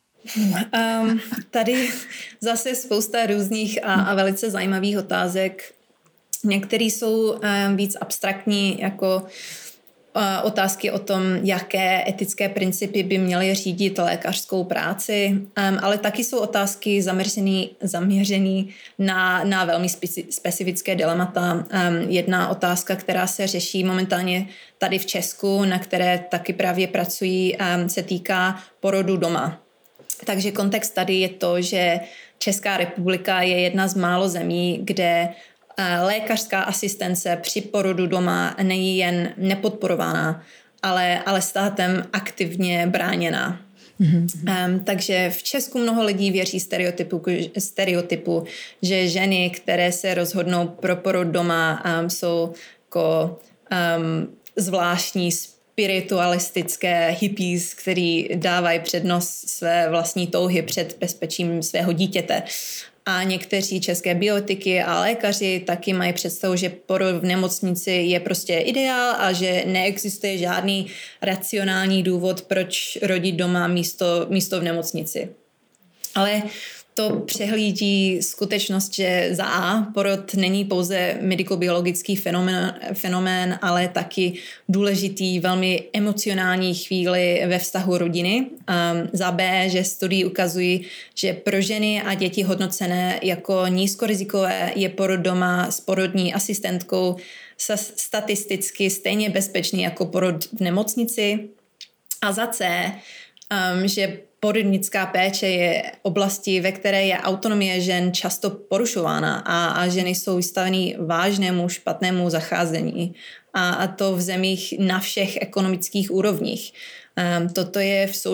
Tady zase spousta různých a velice zajímavých otázek. Některé jsou víc abstraktní, jako otázky o tom, jaké etické principy by měly řídit lékařskou práci, ale taky jsou otázky zaměřené na velmi specifické dilemata. Jedna otázka, která se řeší momentálně tady v Česku, na které taky právě pracují, se týká porodu doma. Takže kontext tady je to, že Česká republika je jedna z málo zemí, kde lékařská asistence při porodu doma není jen nepodporovaná, ale státem aktivně bráněná. Takže v Česku mnoho lidí věří stereotypu, že ženy, které se rozhodnou pro porod doma, jsou jako zvláštní spiritualistické hippies, který dávají přednost své vlastní touhy před bezpečím svého dítěte. A někteří české bioetiky a lékaři taky mají představu, že porod v nemocnici je prostě ideál a že neexistuje žádný racionální důvod, proč rodit doma místo v nemocnici. Ale to přehlíží skutečnost, že za A porod není pouze medikobiologický fenomén, ale taky důležitý, velmi emocionální chvíli ve vztahu rodiny. Za B, že studie ukazují, že pro ženy a děti hodnocené jako nízkorizikové je porod doma s porodní asistentkou statisticky stejně bezpečný jako porod v nemocnici. A za C, že porodnická péče je oblastí, ve které je autonomie žen často porušována a ženy jsou vystaveny vážnému špatnému zacházení. A to v zemích na všech ekonomických úrovních. Toto je v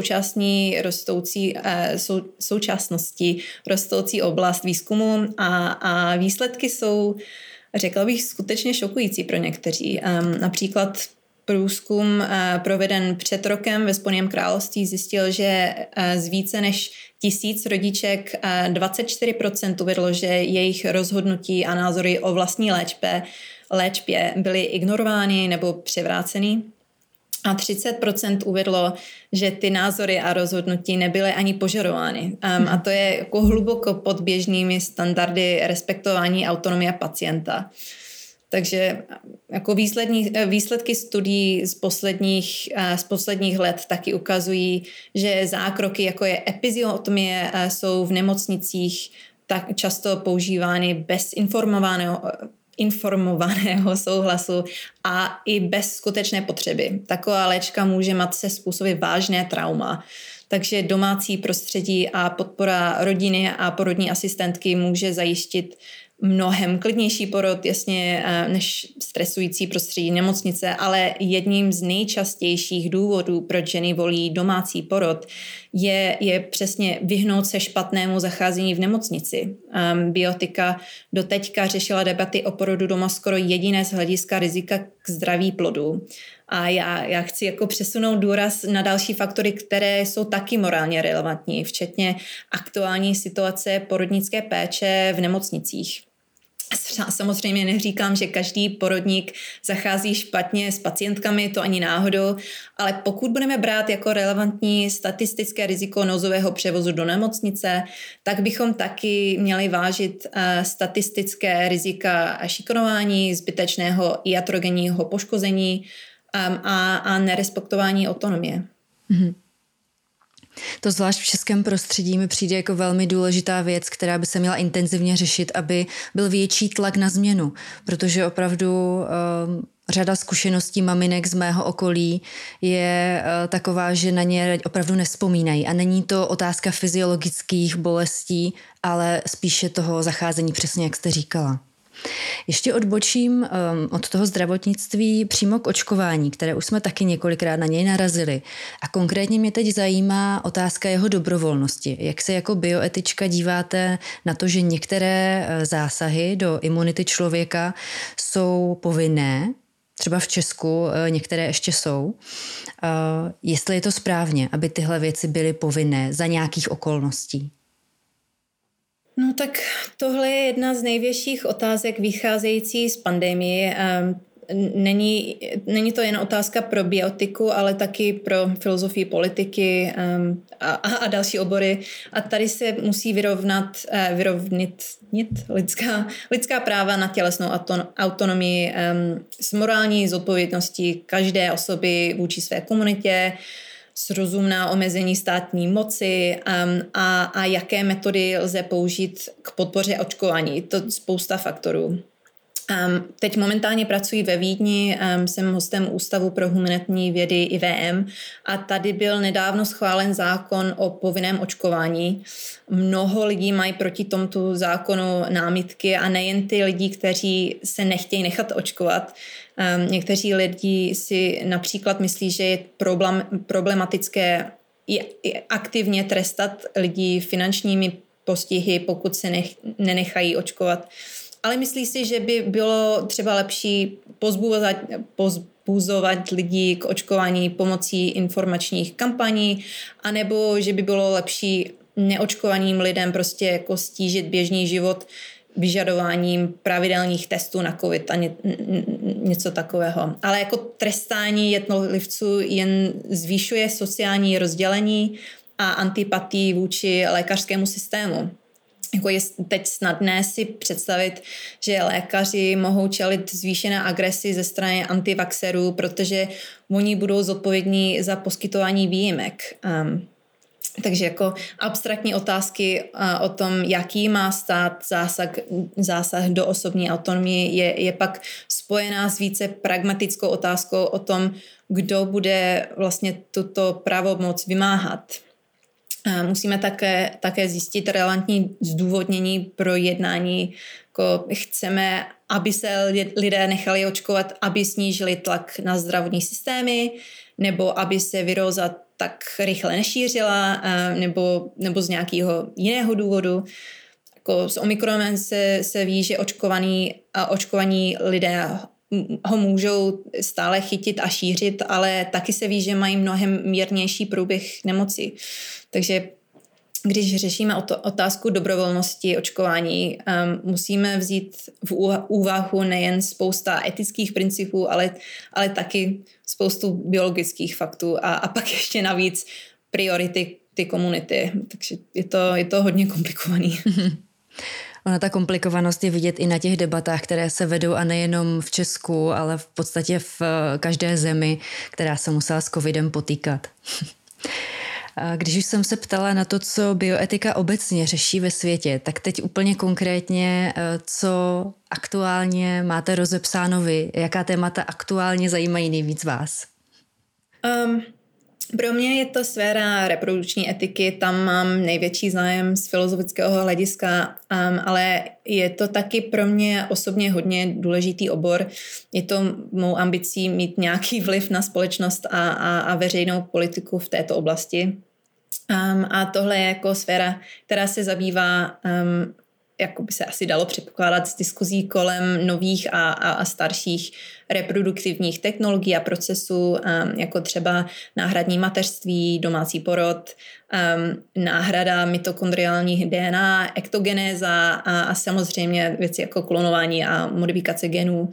současnosti rostoucí oblast výzkumu a výsledky jsou, řekla bych, skutečně šokující pro někteří. Například průzkum proveden před rokem ve Spojeném království zjistil, že z více než 1000 rodiček 24% uvedlo, že jejich rozhodnutí a názory o vlastní léčbě byly ignorovány nebo převráceny. A 30% uvedlo, že ty názory a rozhodnutí nebyly ani požadovány. A to je jako hluboko pod běžnými standardy respektování autonomie pacienta. Takže jako výsledky studií z posledních let taky ukazují, že zákroky, jako je epiziotomie, jsou v nemocnicích tak často používány bez informovaného souhlasu a i bez skutečné potřeby. Taková léčka může matce způsobit vážné trauma. Takže domácí prostředí a podpora rodiny a porodní asistentky může zajistit mnohem klidnější porod, jasně, než stresující prostředí nemocnice, ale jedním z nejčastějších důvodů, proč ženy volí domácí porod, je přesně vyhnout se špatnému zacházení v nemocnici. Biotika doteďka řešila debaty o porodu doma skoro jediné z hlediska rizika k zdraví plodu. A já chci jako přesunout důraz na další faktory, které jsou taky morálně relevantní, včetně aktuální situace porodnické péče v nemocnicích. Samozřejmě neříkám, že každý porodník zachází špatně s pacientkami, to ani náhodou, ale pokud budeme brát jako relevantní statistické riziko nouzového převozu do nemocnice, tak bychom taky měli vážit statistické rizika šikanování, zbytečného iatrogenního poškození a nerespektování autonomie. Mm-hmm. To zvlášť v českém prostředí mi přijde jako velmi důležitá věc, která by se měla intenzivně řešit, aby byl větší tlak na změnu, protože opravdu řada zkušeností maminek z mého okolí je taková, že na ně opravdu nevzpomínají a není to otázka fyziologických bolestí, ale spíše toho zacházení, přesně jak jste říkala. Ještě odbočím od toho zdravotnictví přímo k očkování, které už jsme taky několikrát na něj narazili. A konkrétně mě teď zajímá otázka jeho dobrovolnosti. Jak se jako bioetička díváte na to, že některé zásahy do imunity člověka jsou povinné, třeba v Česku některé ještě jsou. Jestli je to správně, aby tyhle věci byly povinné za nějakých okolností? No tak tohle je jedna z největších otázek vycházející z pandemie. Není to jen otázka pro biotiku, ale taky pro filozofii politiky a další obory. A tady se musí vyrovnit lidská práva na tělesnou autonomii s morální zodpovědností každé osoby vůči své komunitě, s rozumná omezení státní moci a jaké metody lze použít k podpoře očkování. To je spousta faktorů. Teď momentálně pracuji ve Vídni, jsem hostem Ústavu pro humanitní vědy IVM a tady byl nedávno schválen zákon o povinném očkování. Mnoho lidí mají proti tomuto zákonu námitky a nejen ty lidi, kteří se nechtějí nechat očkovat. Někteří lidi si například myslí, že je problematické aktivně trestat lidi finančními postihy, pokud se nenechají očkovat. Ale myslí si, že by bylo třeba lepší pozbuzovat lidi k očkování pomocí informačních kampaní, anebo že by bylo lepší neočkovaným lidem prostě jako stížit běžný život vyžadováním pravidelných testů na COVID a něco takového. Ale jako trestání jednotlivců jen zvýšuje sociální rozdělení a antipatii vůči lékařskému systému. Jako je teď snadné si představit, že lékaři mohou čelit zvýšené agresi ze strany antivaxerů, protože oni budou zodpovědní za poskytování výjimek. Takže jako abstraktní otázky o tom, jaký má stát zásah do osobní autonomie, je pak spojená s více pragmatickou otázkou o tom, kdo bude vlastně tuto pravomoc vymáhat. Musíme také zjistit relevantní zdůvodnění pro jednání. Jako chceme, aby se lidé nechali očkovat, aby snížili tlak na zdravotní systémy, nebo aby se viróza tak rychle nešířila, nebo z nějakého jiného důvodu. Jako s Omikronem se ví, že očkovaní lidé ho můžou stále chytit a šířit, ale taky se ví, že mají mnohem mírnější průběh nemoci. Takže když řešíme otázku dobrovolnosti očkování, musíme vzít v úvahu nejen spousta etických principů, ale taky spoustu biologických faktů a pak ještě navíc priority ty komunity. Takže je to hodně komplikovaný. Ona ta komplikovanost je vidět i na těch debatách, které se vedou a nejenom v Česku, ale v podstatě v každé zemi, která se musela s covidem potýkat. Když už jsem se ptala na to, co bioetika obecně řeší ve světě, tak teď úplně konkrétně, co aktuálně máte rozepsáno vy? Jaká témata aktuálně zajímají nejvíc vás? Pro mě je to sféra reprodukční etiky, tam mám největší zájem z filozofického hlediska, ale je to taky pro mě osobně hodně důležitý obor. Je to mou ambicí mít nějaký vliv na společnost a veřejnou politiku v této oblasti. A tohle je jako sféra, která se zabývá, jako by se asi dalo předpokládat, s diskuzí kolem nových a starších reproduktivních technologií a procesů, jako třeba náhradní mateřství, domácí porod, náhrada mitokondriálních DNA, ektogenéza a samozřejmě věci jako klonování a modifikace genů.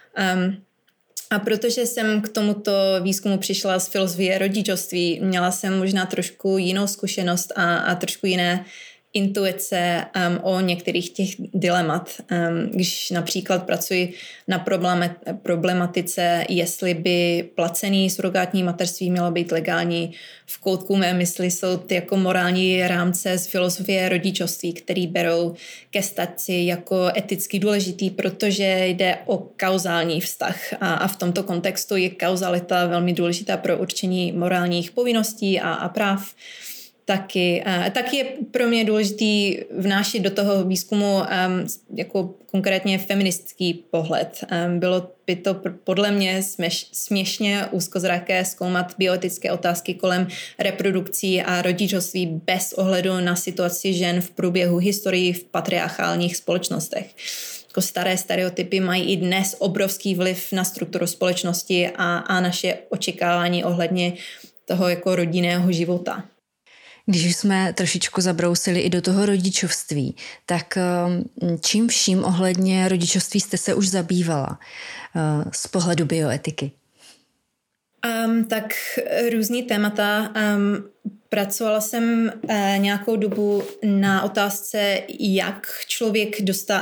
A protože jsem k tomuto výzkumu přišla z filozofie rodičovství, měla jsem možná trošku jinou zkušenost a trošku jiné intuice o některých těch dilemat. Když například pracuji na problematice, jestli by placený surogátní mateřství mělo být legální, v koutku mé mysli jsou ty jako morální rámce z filozofie rodičovství, který berou gestaci jako eticky důležitý, protože jde o kauzální vztah a v tomto kontextu je kauzalita velmi důležitá pro určení morálních povinností a práv. Taky je pro mě důležitý vnášet do toho výzkumu jako konkrétně feministický pohled. Bylo by to podle mě směšně úzkozraké zkoumat bioetické otázky kolem reprodukcí a rodičovství bez ohledu na situaci žen v průběhu historii v patriarchálních společnostech. Jako staré stereotypy mají i dnes obrovský vliv na strukturu společnosti a naše očekávání ohledně toho jako rodinného života. Když už jsme trošičku zabrousili i do toho rodičovství, tak čím vším ohledně rodičovství jste se už zabývala z pohledu bioetiky? Tak různý témata. Pracovala jsem nějakou dobu na otázce, jak člověk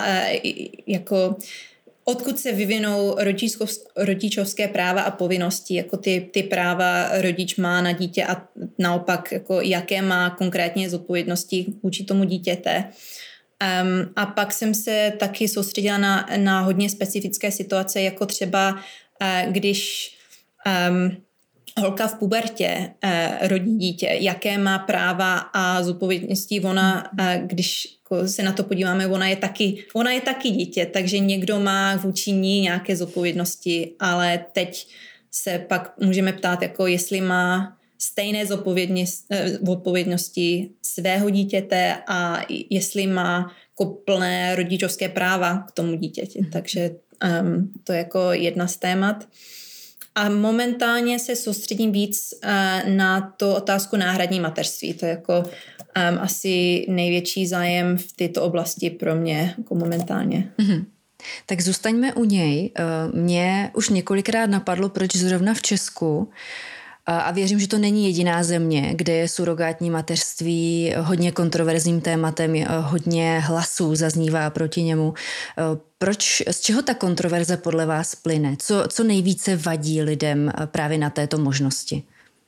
odkud se vyvinou rodičovské práva a povinnosti, jako ty práva rodič má na dítě a naopak, jako jaké má konkrétně zodpovědnosti vůči tomu dítěte. A pak jsem se taky soustředila na hodně specifické situace, jako třeba když holka v pubertě rodí dítě, jaké má práva a zodpovědnosti ona, když se na to podíváme, ona je taky dítě, takže někdo má vůči ní nějaké zodpovědnosti, ale teď se pak můžeme ptát, jako jestli má stejné zodpovědnosti svého dítěte a jestli má jako plné rodičovské práva k tomu dítěti. Takže to je jako jedna z témat. A momentálně se soustředím víc na tu otázku náhradní mateřství. To je jako asi největší zájem v této oblasti pro mě jako momentálně. Mm-hmm. Tak zůstaňme u něj. Mě už několikrát napadlo, proč zrovna v Česku, a věřím, že to není jediná země, kde je surogátní mateřství hodně kontroverzním tématem, hodně hlasů zaznívá proti němu. Z čeho ta kontroverze podle vás plyne? Co nejvíce vadí lidem právě na této možnosti?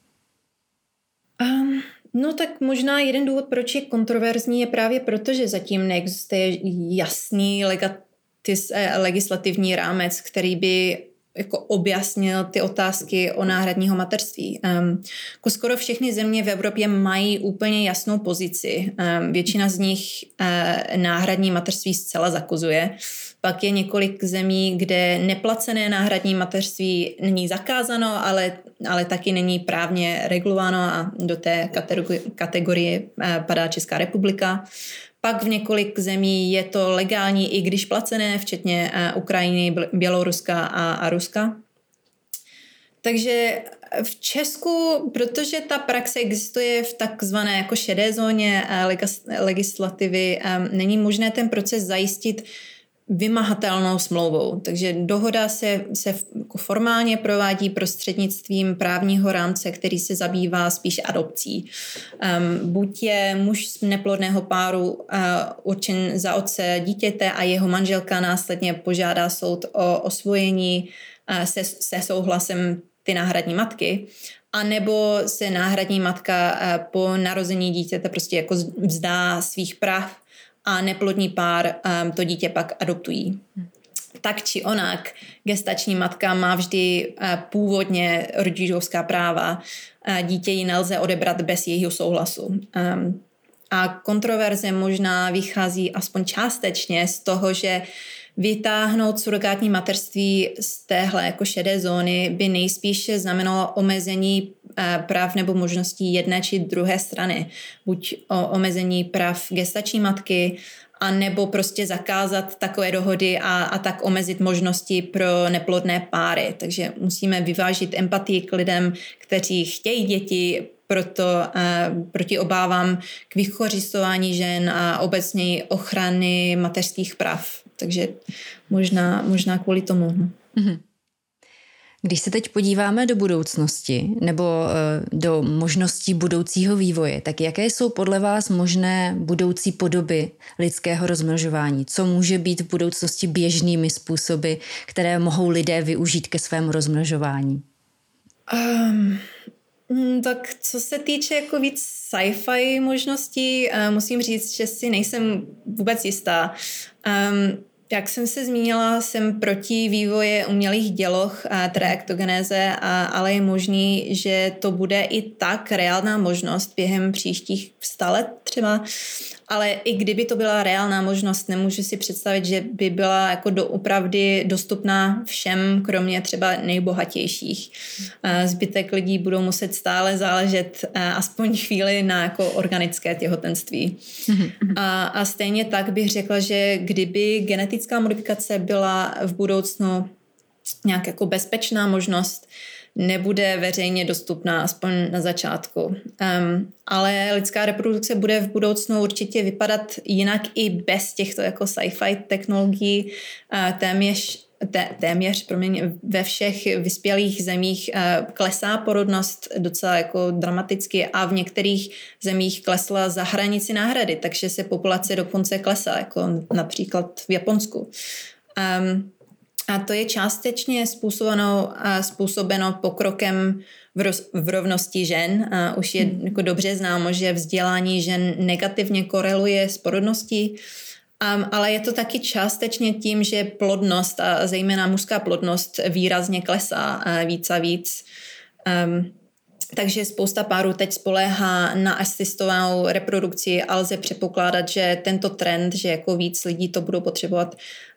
No tak možná jeden důvod, proč je kontroverzní, je právě proto, že zatím neexistuje jasný legislativní rámec, který by jako objasnil ty otázky o náhradního mateřství. Jako skoro všechny země v Evropě mají úplně jasnou pozici. Většina z nich náhradní mateřství zcela zakazuje. Pak je několik zemí, kde neplacené náhradní mateřství není zakázáno, ale taky není právně regulováno a do té kategorie padá Česká republika. Pak v několik zemí je to legální, i když placené, včetně Ukrajiny, Běloruska a Ruska. Takže v Česku, protože ta praxe existuje v takzvané jako šedé zóně legislativy, není možné ten proces zajistit vymahatelnou smlouvou. Takže dohoda se jako formálně provádí prostřednictvím právního rámce, který se zabývá spíš adopcí. Buď je muž z neplodného páru určen za otce dítěte a jeho manželka následně požádá soud o osvojení se souhlasem ty náhradní matky, a nebo se náhradní matka po narození dítěte prostě jako vzdá svých práv a neplodný pár to dítě pak adoptují. Tak či onak, gestační matka má vždy původně rodičovská práva. Dítě ji nelze odebrat bez jejího souhlasu. A kontroverze možná vychází aspoň částečně z toho, že vytáhnout surogátní mateřství z téhle jako šedé zóny by nejspíše znamenalo omezení práv nebo možností jedné či druhé strany. Buď omezení práv gestační matky, a nebo prostě zakázat takové dohody a tak omezit možnosti pro neplodné páry. Takže musíme vyvážit empatii k lidem, kteří chtějí děti, proto proti obávám k vykořisťování žen a obecně ochrany mateřských práv. Takže možná kvůli tomu. Mm-hmm. Když se teď podíváme do budoucnosti nebo do možností budoucího vývoje, tak jaké jsou podle vás možné budoucí podoby lidského rozmnožování? Co může být v budoucnosti běžnými způsoby, které mohou lidé využít ke svému rozmnožování? Tak co se týče jako víc sci-fi možností, musím říct, že si nejsem vůbec jistá. Jak jsem se zmínila, jsem proti vývoje umělých děloh, traktogenéze, ale je možný, že to bude i tak reálná možnost během příštích 100 let třeba. Ale i kdyby to byla reálná možnost, nemůžu si představit, že by byla jako doopravdy dostupná všem, kromě třeba nejbohatějších. Zbytek lidí budou muset stále záležet aspoň chvíli na jako organické těhotenství. A stejně tak bych řekla, že kdyby genetická modifikace byla v budoucnu nějak jako bezpečná možnost, nebude veřejně dostupná, aspoň na začátku. Ale lidská reprodukce bude v budoucnu určitě vypadat jinak i bez těchto jako sci-fi technologií. Téměř ve všech vyspělých zemích klesá porodnost docela jako dramaticky a v některých zemích klesla za hranici náhrady, takže se populace dokonce klesá, jako například v Japonsku. A to je částečně způsobeno pokrokem v rovnosti žen. Už je jako dobře známo, že vzdělání žen negativně koreluje s porodností, ale je to taky částečně tím, že plodnost a zejména mužská plodnost výrazně klesá víc a víc. Takže spousta párů teď spoléhá na asistovanou reprodukci a lze předpokládat, že tento trend, že jako víc lidí to budou potřebovat,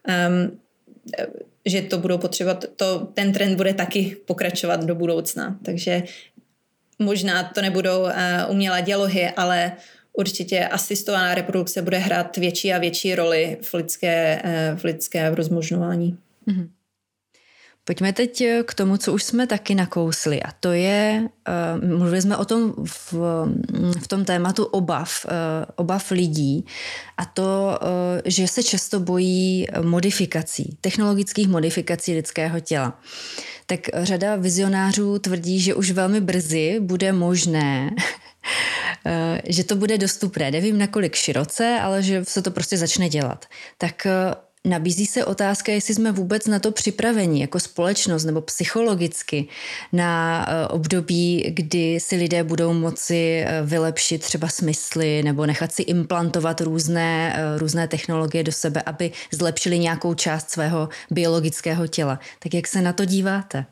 ten trend bude taky pokračovat do budoucna. Takže možná to nebudou umělé dělohy, ale určitě asistovaná reprodukce bude hrát větší a větší roli v lidské rozmnožování. Pojďme teď k tomu, co už jsme taky nakousli, a to je, mluvili jsme o tom v tom tématu obav lidí, a to, že se často bojí modifikací, technologických modifikací lidského těla. Tak řada vizionářů tvrdí, že už velmi brzy bude možné, že to bude dostupné. Nevím, nakolik široce, ale že se to prostě začne dělat. Tak nabízí se otázka, jestli jsme vůbec na to připraveni jako společnost nebo psychologicky na období, kdy si lidé budou moci vylepšit třeba smysly nebo nechat si implantovat různé technologie do sebe, aby zlepšili nějakou část svého biologického těla. Tak jak se na to díváte?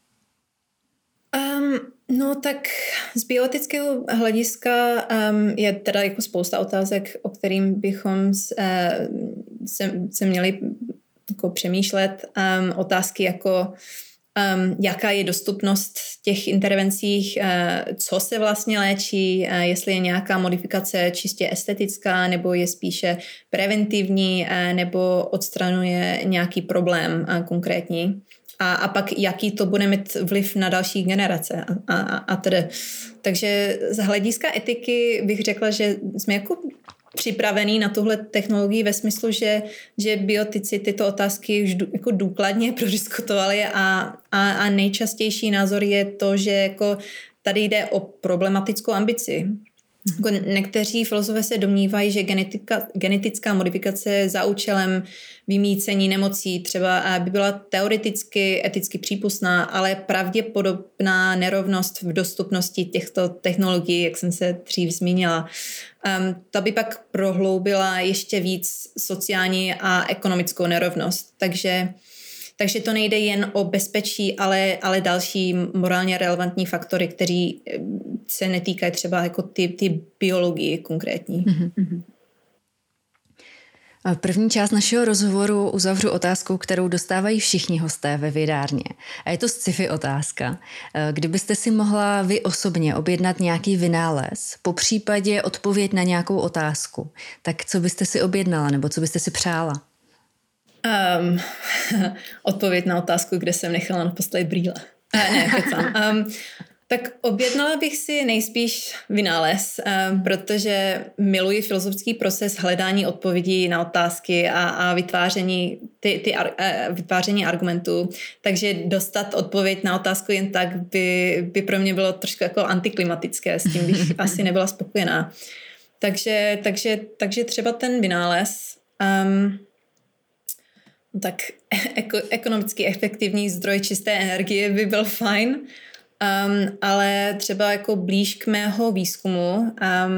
No tak z bioetického hlediska je teda jako spousta otázek, o kterým bychom se měli jako přemýšlet. Otázky jako jaká je dostupnost těch intervencí, co se vlastně léčí, jestli je nějaká modifikace čistě estetická, nebo je spíše preventivní, nebo odstranuje nějaký problém konkrétní. A pak jaký to bude mít vliv na další generace a tedy. Takže z hlediska etiky bych řekla, že jsme jako připravení na tuhle technologii ve smyslu, že biotici tyto otázky už jako důkladně prodiskutovali a nejčastější názor je to, že jako tady jde o problematickou ambici. Někteří filozofové se domnívají, že genetická modifikace za účelem vymýcení nemocí třeba by byla teoreticky, eticky přípustná, ale pravděpodobná nerovnost v dostupnosti těchto technologií, jak jsem se dřív zmínila, ta by pak prohloubila ještě víc sociální a ekonomickou nerovnost. Takže to nejde jen o bezpečí, ale další morálně relevantní faktory, kteří se netýkají třeba jako ty biologii konkrétní. Mm-hmm. První část našeho rozhovoru uzavřu otázkou, kterou dostávají všichni hosté ve vědárně. A je to sci-fi otázka. Kdybyste si mohla vy osobně objednat nějaký vynález, popřípadě odpověď na nějakou otázku, tak co byste si objednala nebo co byste si přála? Odpověď na otázku, kde jsem nechala naposledy brýle. Tak objednala bych si nejspíš vynález, protože miluji filozofický proces hledání odpovědí na otázky a vytváření, vytváření argumentů. Takže dostat odpověď na otázku jen tak by pro mě bylo trošku jako antiklimatické, s tím bych asi nebyla spokojená. Takže třeba ten vynález... tak ekonomicky efektivní zdroj čisté energie by byl fajn, ale třeba jako blíž k mého výzkumu.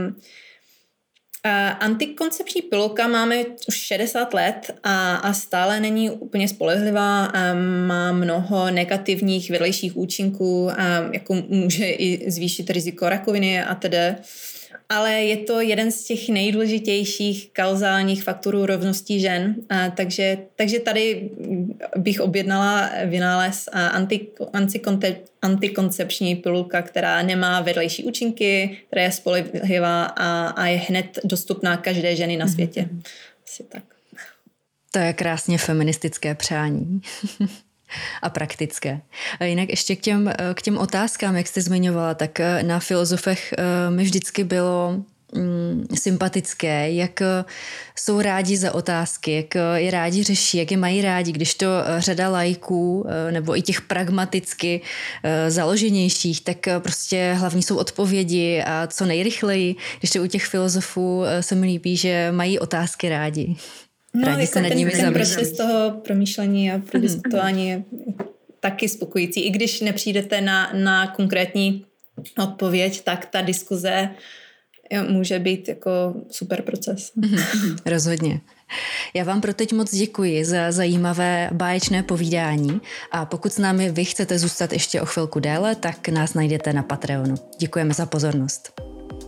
Antikoncepční pilulka máme už 60 let a stále není úplně spolehlivá, má mnoho negativních vedlejších účinků, jako může i zvýšit riziko rakoviny a tedy. Ale je to jeden z těch nejdůležitějších kauzálních faktorů rovnosti žen, takže tady bych objednala vynález antikoncepční pilulka, která nemá vedlejší účinky, která je spolehlivá a je hned dostupná každé ženy na světě. Asi tak. To je krásně feministické přání. A praktické. Jinak ještě k těm otázkám, jak jste zmiňovala, tak na filozofech mi vždycky bylo sympatické, jak jsou rádi za otázky, jak je rádi řeší, jak je mají rádi, když to řada laiků nebo i těch pragmaticky založenějších, tak prostě hlavní jsou odpovědi a co nejrychleji. Když to u těch filozofů se mi líbí, že mají otázky rádi. No, jako ten proces toho promýšlení a prodiskutování je taky spokojící. I když nepřijdete na konkrétní odpověď, tak ta diskuze může být jako super proces. Rozhodně. Já vám pro teď moc děkuji za zajímavé báječné povídání a pokud s námi vy chcete zůstat ještě o chvilku déle, tak nás najdete na Patreonu. Děkujeme za pozornost.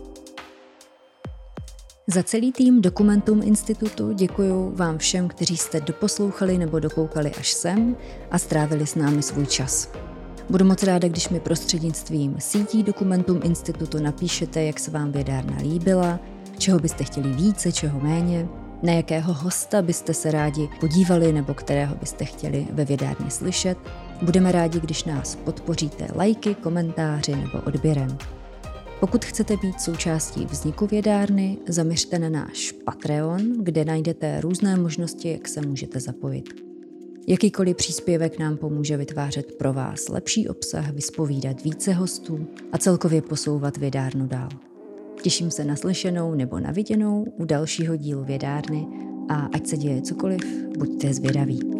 Za celý tým Dokumentum Institutu děkuji vám všem, kteří jste doposlouchali nebo dokoukali až sem a strávili s námi svůj čas. Budu moc ráda, když mi prostřednictvím sítí Dokumentum Institutu napíšete, jak se vám vědárna líbila, čeho byste chtěli více, čeho méně, na jakého hosta byste se rádi podívali nebo kterého byste chtěli ve vědárně slyšet, Budeme rádi, když nás podpoříte lajky, komentáři nebo odběrem. Pokud chcete být součástí vzniku vědárny, zaměřte na náš Patreon, kde najdete různé možnosti, jak se můžete zapojit. Jakýkoliv příspěvek nám pomůže vytvářet pro vás lepší obsah, vyspovídat více hostů a celkově posouvat vědárnu dál. Těším se na slyšenou nebo na viděnou u dalšího dílu vědárny a ať se děje cokoliv, buďte zvědaví.